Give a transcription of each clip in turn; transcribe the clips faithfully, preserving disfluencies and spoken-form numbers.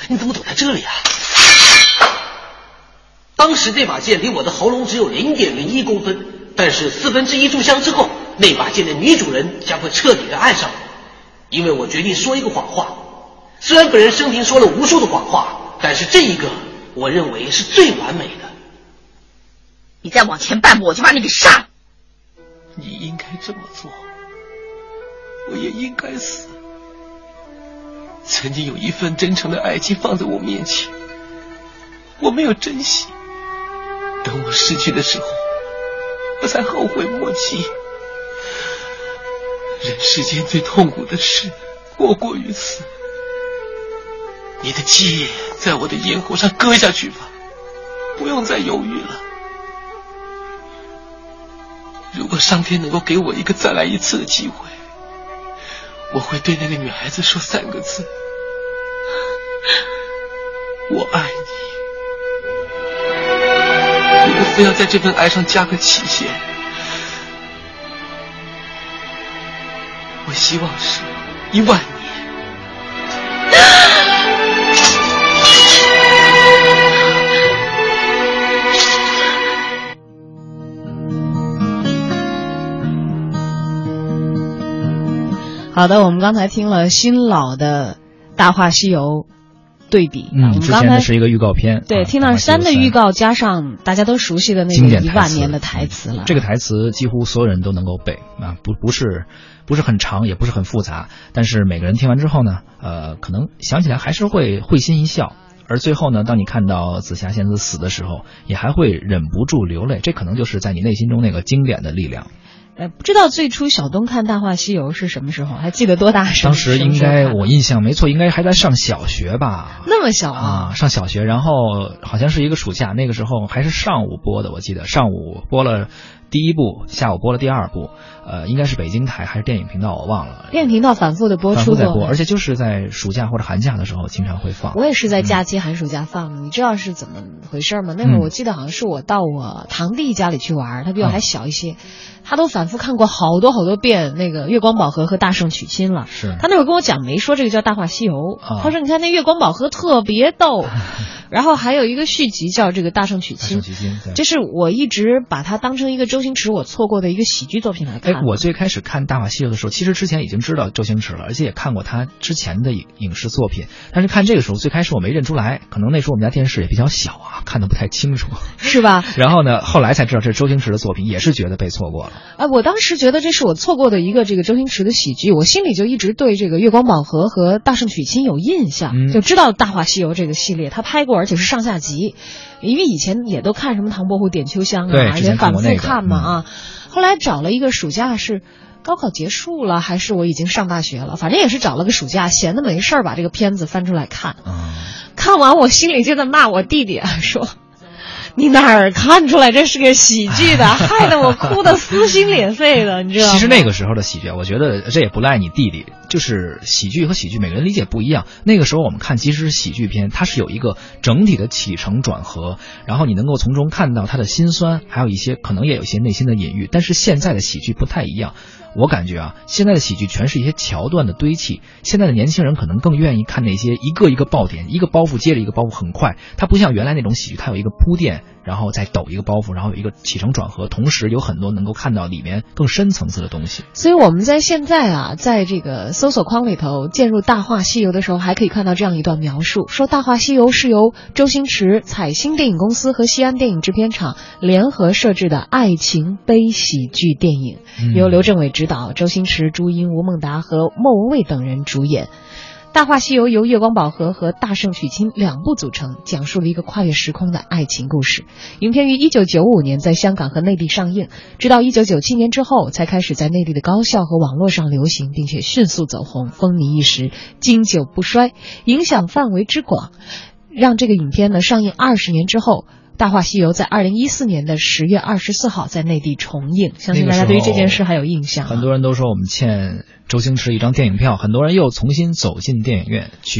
你怎么躲在这里啊？当时这把剑离我的喉咙只有零点零一公分，但是四分之一炷香之后，那把剑的女主人将会彻底的爱上我，因为我决定说一个谎话。虽然本人生平说了无数的谎话，但是这一个我认为是最完美的。 你再往前半步，我就把你给杀了。 你应该这么做，我也应该死。曾经有一份真诚的爱情放在我面前，我没有珍惜，等我失去的时候，我才后悔莫及。人世间最痛苦的事莫过于此。你的剑在我的咽喉上割下去吧，不用再犹豫了。如果上天能够给我一个再来一次的机会，我会对那个女孩子说三个字：我爱你。如果非要在这份爱上加个期限，我希望是一万年。 好的，我们刚才听了新老的《大话西游》对比， 嗯， 我们之刚才前的是一个预告片， 对， 啊、 听到三的预告，加上大家都熟悉的那个一万年的台词了。 这个台词几乎所有人都能够背啊，不不是不是很长，也不是很复杂，但是每个人听完之后呢，呃，可能想起来还是会会心一笑。而最后呢，当你看到紫霞仙子死的时候，也还会忍不住流泪，这可能就是在你内心中那个经典的力量。 呃，不知道最初小东看《大话西游》是什么时候？还记得多大时候？ 当时应该我印象没错，应该还在上小学吧？ 那么小啊？ 啊，上小学，然后好像是一个暑假，那个时候还是上午播的，我记得上午播了第一部，下午播了第二部，呃，应该是北京台还是电影频道，我忘了。 电影频道反复的播出过， 反复在播，而且就是在暑假或者寒假的时候经常会放。 我也是在假期、嗯、寒暑假放的，你知道是怎么回事吗？那会儿我记得好像是我到我堂弟家里去玩，他比我还小一些。嗯，他都反复看过好多好多遍那个月光宝盒和大圣娶亲了。 是他那会儿跟我讲，没说这个叫大话西游， 啊、 他说你看那月光宝盒特别逗，然后还有一个续集叫这个大圣娶亲。 大圣娶亲， 这是我一直把它当成一个周星驰我错过的一个喜剧作品来看。 哎，我最开始看大话西游的时候，其实之前已经知道周星驰了，而且也看过他之前的影视作品，但是看这个时候最开始我没认出来，可能那时候我们家电视也比较小啊，看得不太清楚， 是吧？ 然后呢，后来才知道这是周星驰的作品，也是觉得被错过了。 哎，我当时觉得这是我错过的一个这个周星驰的喜剧，我心里就一直对这个月光宝盒和大圣娶亲有印象， 嗯、 就知道大话西游这个系列他拍过，而且是上下集，因为以前也都看什么唐伯虎点秋香啊，而且反复看嘛啊。 嗯、 后来找了一个暑假是高考结束了，还是我已经上大学了，反正也是找了个暑假，闲的没事儿把这个片子翻出来看。 嗯、 看完我心里就在骂我弟弟啊，说你哪儿看出来这是个喜剧的，害得我哭得撕心裂肺的，你知道吗？ 其实那个时候的喜剧，我觉得这也不赖你弟弟，就是喜剧和喜剧每个人理解不一样。那个时候我们看其实是喜剧片，它是有一个整体的起承转合，然后你能够从中看到他的辛酸，还有一些可能也有一些内心的隐喻。但是现在的喜剧不太一样，我感觉啊，现在的喜剧全是一些桥段的堆砌，现在的年轻人可能更愿意看那些一个一个爆点，一个包袱接着一个包袱，很快，它不像原来那种喜剧，它有一个铺垫，然后再抖一个包袱，然后有一个起承转合，同时有很多能够看到里面更深层次的东西。 所以我们在现在啊，在这个搜索框里头进入大话西游的时候，还可以看到这样一段描述，说大话西游是由周星驰、彩星电影公司和西安电影制片厂联合设置的爱情悲喜剧电影， 嗯、 由刘镇伟执导，周星驰、朱茵、吴孟达和莫文蔚等人主演。大话西游由月光宝盒和大圣娶亲两部组成，讲述了一个跨越时空的爱情故事。影片于一九九五年在香港和内地上映，直到一九九七年之后才开始在内地的高校和网络上流行，并且迅速走红，风靡一时，经久不衰，影响范围之广，让这个影片呢上映二十年之后，大话西游在二零一四年的十月二十四号在内地重映，相信大家对于这件事还有印象、啊。 很多人都说我们欠周星驰一张电影票，很多人又重新走进电影院去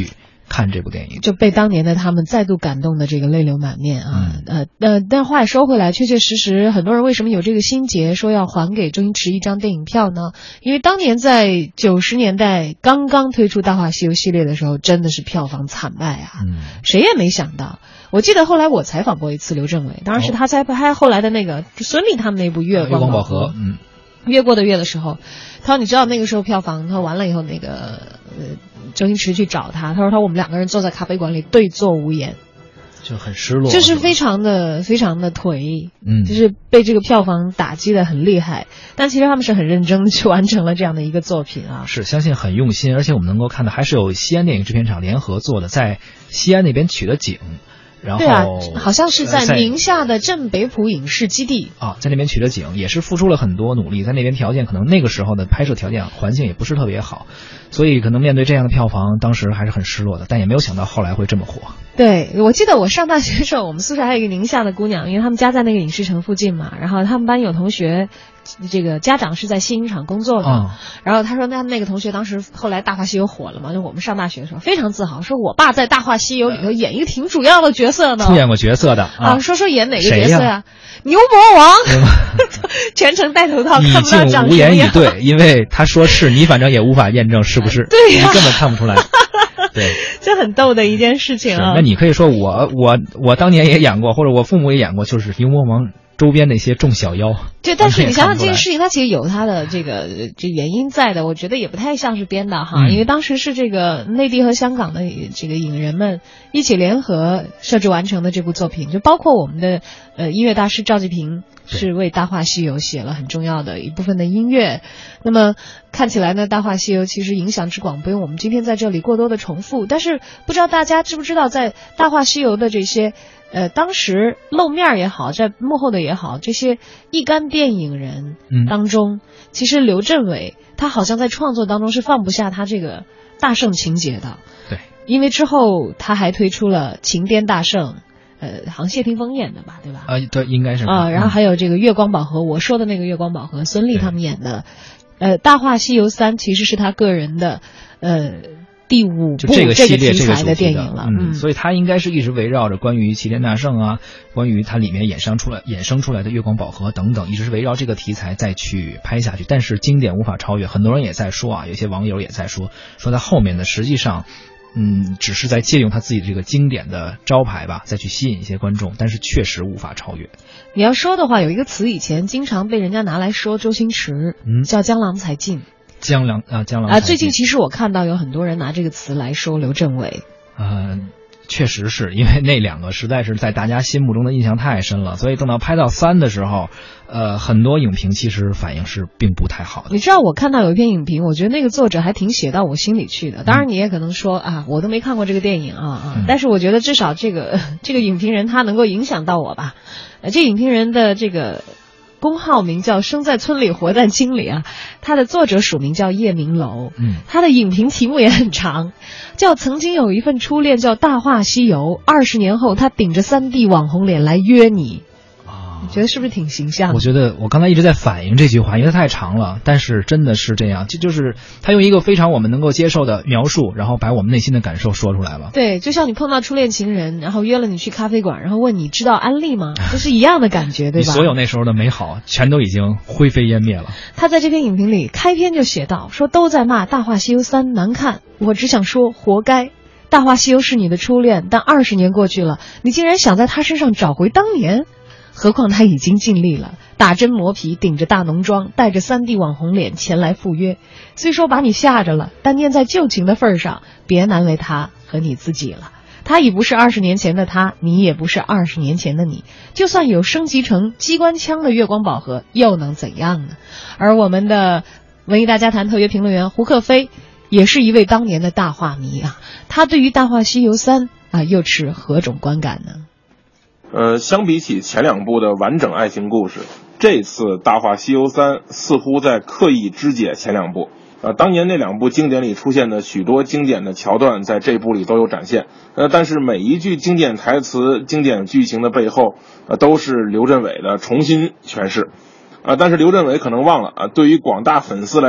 看这部电影， 就被当年的他们再度感动的这个泪流满面啊。 嗯、 呃呃，但话也说回来，确确实实，很多人为什么有这个心结，说要还给周星驰一张电影票呢？因为当年在九十年代刚刚推出《大话西游》系列的时候，真的是票房惨败啊， 嗯，谁也没想到。我记得后来我采访过一次刘镇伟，当然是他在拍后来的那个孙俪他们那部《月光宝盒》， 嗯， 越过的月的时候，他说你知道那个时候票房，他完了以后那个呃周星驰去找他，他说他我们两个人坐在咖啡馆里对坐无言， 就很失落， 就是非常的非常的颓， 嗯， 就是被这个票房打击的很厉害，但其实他们是很认真的去完成了这样的一个作品啊， 是相信很用心，而且我们能够看到还是有西安电影制片厂联合做的，在西安那边取的景。然后对啊，好像是在宁夏的镇北浦影视基地啊，在那边取的景，也是付出了很多努力，在那边条件可能那个时候的拍摄条件环境也不是特别好，所以可能面对这样的票房，当时还是很失落的，但也没有想到后来会这么火。 对，我记得我上大学的时候，我们宿舍还有一个宁夏的姑娘，因为他们家在那个影视城附近嘛，然后他们班有同学，这个家长是在新影厂工作的， 嗯、 然后他说那那个同学当时后来《大话西游》火了嘛，就我们上大学的时候非常自豪，说我爸在《大话西游》里头演一个挺主要的角色呢， 出演过角色的 啊, 啊，说说演哪个角色呀？牛魔王，全程戴头套，看不到长什么样。 你竟无言以对，因为他说是你，反正也无法验证是不是， 对呀、 啊，你根本看不出来。对， 这很逗的一件事情啊。 那你可以说我我我当年也演过，或者我父母也演过，就是牛魔王周边那些众小妖。 对，但是你想想这件事情，它其实有它的这个这原因在的，我觉得也不太像是编的哈， 嗯、 因为当时是这个内地和香港的这个影人们一起联合设置完成的这部作品，就包括我们的呃音乐大师赵季平是为《大话西游》写了很重要的一部分的音乐。那么看起来呢，《大话西游》其实影响之广，不用我们今天在这里过多的重复。但是不知道大家知不知道，在《大话西游》的这些呃，当时露面也好，在幕后的也好，这些一干电影人当中，嗯、其实刘镇伟他好像在创作当中是放不下他这个大圣情节的。 对， 因为之后他还推出了《情癫大圣》，呃，好像谢霆锋演的吧，对吧？ 啊，对，应该是啊。然后还有这个《月光宝盒》，我说的那个《月光宝盒》，孙俪他们演的。呃，《大话西游三》其实是他个人的，呃。第五部这个系列题材的电影了， 嗯，所以它应该是一直围绕着关于齐天大圣啊，关于它里面衍生出来、衍生出来的月光宝盒等等，一直是围绕这个题材再去拍下去。但是经典无法超越，很多人也在说啊，有些网友也在说，说它后面的实际上，嗯，只是在借用他自己这个经典的招牌吧，再去吸引一些观众，但是确实无法超越。 你要说的话，有一个词以前经常被人家拿来说周星驰， 嗯， 叫江郎才尽。 江郎啊，江郎啊！最近其实我看到有很多人拿这个词来说刘镇伟。 呃，确实是因为那两个实在是在大家心目中的印象太深了，所以等到拍到三的时候，呃，很多影评其实反应是并不太好的。 你知道我看到有一篇影评，我觉得那个作者还挺写到我心里去的。当然你也可能说、嗯、啊，我都没看过这个电影啊啊、嗯！但是我觉得至少这个这个影评人他能够影响到我吧。呃，这影评人的这个公号名叫生在村里活在京里啊，他的作者署名叫叶明楼， 嗯， 他的影评题目也很长，叫曾经有一份初恋叫大话西游，二十年后他顶着三 D 网红脸来约你。你觉得是不是挺形象的？ 我觉得我刚才一直在反映这句话，因为它太长了，但是真的是这样，这就是他用一个非常我们能够接受的描述，然后把我们内心的感受说出来了。 对，就像你碰到初恋情人，然后约了你去咖啡馆，然后问你知道安利吗？这是一样的感觉，对吧？ 你所有那时候的美好全都已经灰飞烟灭了。 他在这篇影评里开篇就写到，说都在骂《大话西游三》难看，我只想说活该。大话西游是你的初恋，但二十年过去了，你竟然想在他身上找回当年。何况他已经尽力了，打针磨皮，顶着大浓妆，带着 三 D 网红脸前来赴约。虽说把你吓着了，但念在旧情的份上，别难为他和你自己了。他已不是二十年前的他，你也不是二十年前的你。就算有升级成机关枪的月光宝盒，又能怎样呢？而我们的文艺大家谈特约评论员胡克飞，也是一位当年的大话迷啊。他对于《大话西游三》啊，又持何种观感呢？ 呃，相比起前两部的完整爱情故事，这次《大话西游三》似乎在刻意肢解前两部。呃，当年那两部经典里出现的许多经典的桥段，在这部里都有展现。呃，但是每一句经典台词、经典剧情的背后，呃，都是刘镇伟的重新诠释。啊、呃，但是刘镇伟可能忘了啊、呃，对于广大粉丝来说，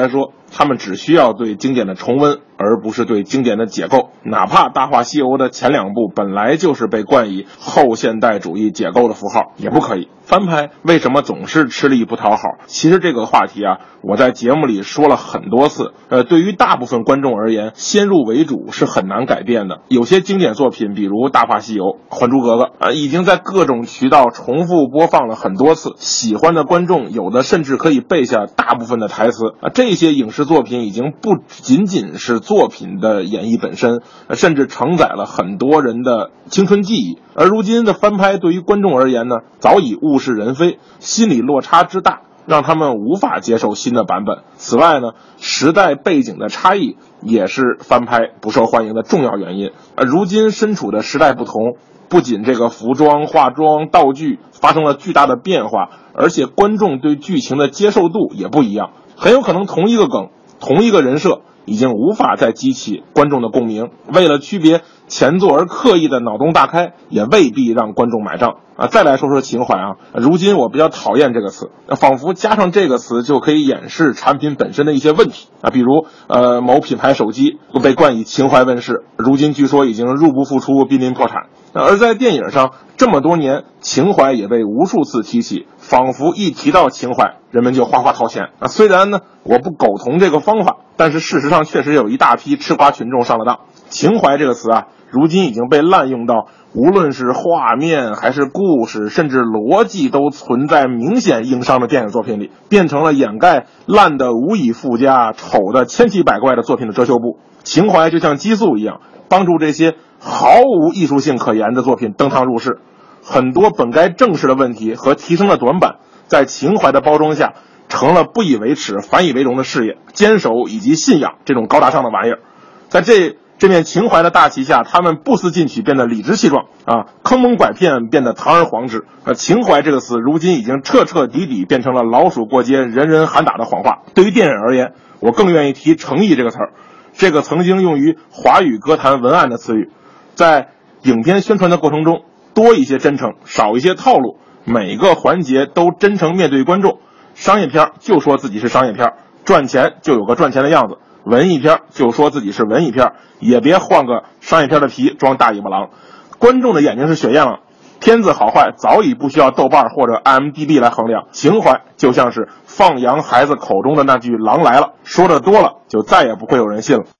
他们只需要对经典的重温，而不是对经典的解构。哪怕《大话西游》的前两部本来就是被冠以后现代主义解构的符号，也不可以。翻拍为什么总是吃力不讨好？其实这个话题啊，我在节目里说了很多次。呃，对于大部分观众而言，先入为主是很难改变的。有些经典作品，比如《大话西游》《还珠格格》啊，已经在各种渠道重复播放了很多次。喜欢的观众有的甚至可以背下大部分的台词啊。这些影视作品已经不仅仅是作品的演绎本身，甚至承载了很多人的青春记忆。而如今的翻拍对于观众而言呢，早已物是人非，心理落差之大，让他们无法接受新的版本。此外呢，时代背景的差异也是翻拍不受欢迎的重要原因。而如今身处的时代不同，不仅这个服装、化妆、道具发生了巨大的变化，而且观众对剧情的接受度也不一样。很有可能同一个梗，同一个人设，已经无法再激起观众的共鸣。为了区别前作而刻意的脑洞大开，也未必让观众买账啊。再来说说情怀啊，如今我比较讨厌这个词，仿佛加上这个词就可以掩饰产品本身的一些问题啊。比如呃某品牌手机被冠以情怀问世，如今据说已经入不敷出，濒临破产。而在电影上这么多年，情怀也被无数次提起，仿佛一提到情怀，人们就哗哗掏钱啊。虽然呢我不苟同这个方法，但是事实上确实有一大批吃瓜群众上了当。情怀这个词啊，如今已经被滥用到无论是画面还是故事，甚至逻辑都存在明显硬伤的电影作品里，变成了掩盖烂的无以复加、丑的千奇百怪的作品的遮羞布。情怀就像激素一样，帮助这些毫无艺术性可言的作品登堂入室。很多本该正视的问题和提升的短板，在情怀的包装下成了不以为耻反以为荣的事业，坚守以及信仰这种高大上的玩意儿。在这这面情怀的大旗下，他们不思进取，变得理直气壮啊，坑蒙拐骗变得堂而皇之啊。情怀这个词如今已经彻彻底底变成了老鼠过街人人喊打的谎话。对于电影而言，我更愿意提诚意这个词儿，这个曾经用于华语歌坛文案的词语。在影片宣传的过程中，多一些真诚，少一些套路，每个环节都真诚面对观众。商业片就说自己是商业片，赚钱就有个赚钱的样子；文艺片就说自己是文艺片，也别换个商业片的皮装大尾巴狼。观众的眼睛是雪亮了，片子好坏早已不需要豆瓣或者 I M D B 来衡量。情怀就像是放羊孩子口中的那句狼来了，说的多了就再也不会有人信了。